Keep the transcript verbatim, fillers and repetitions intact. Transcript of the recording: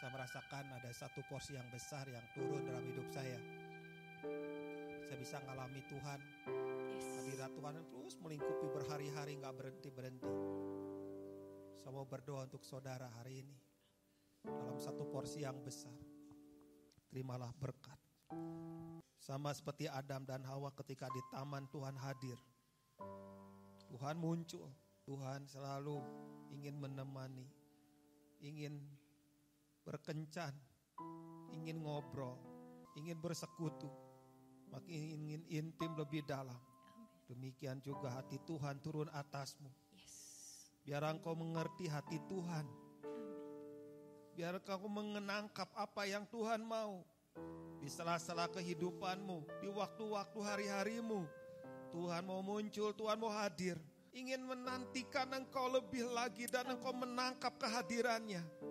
Saya merasakan ada satu porsi yang besar yang turun dalam hidup saya. Saya bisa ngalami Tuhan. Yes. Hadirat Tuhan terus melingkupi berhari-hari, gak berhenti-berhenti. Saya mau berdoa untuk saudara hari ini. Dalam satu porsi yang besar. Terimalah berkat. Sama seperti Adam dan Hawa ketika di taman Tuhan hadir. Tuhan muncul. Tuhan selalu ingin menemani. Ingin berkencan. Ingin ngobrol. Ingin bersekutu. Makin ingin intim lebih dalam. Demikian juga hati Tuhan turun atasmu. Yes. Biar engkau mengerti hati Tuhan. Biar engkau mengenangkap apa yang Tuhan mau. Di sela-sela kehidupanmu, di waktu-waktu hari-harimu. Tuhan mau muncul, Tuhan mau hadir. Ingin menantikan engkau lebih lagi dan engkau menangkap kehadirannya.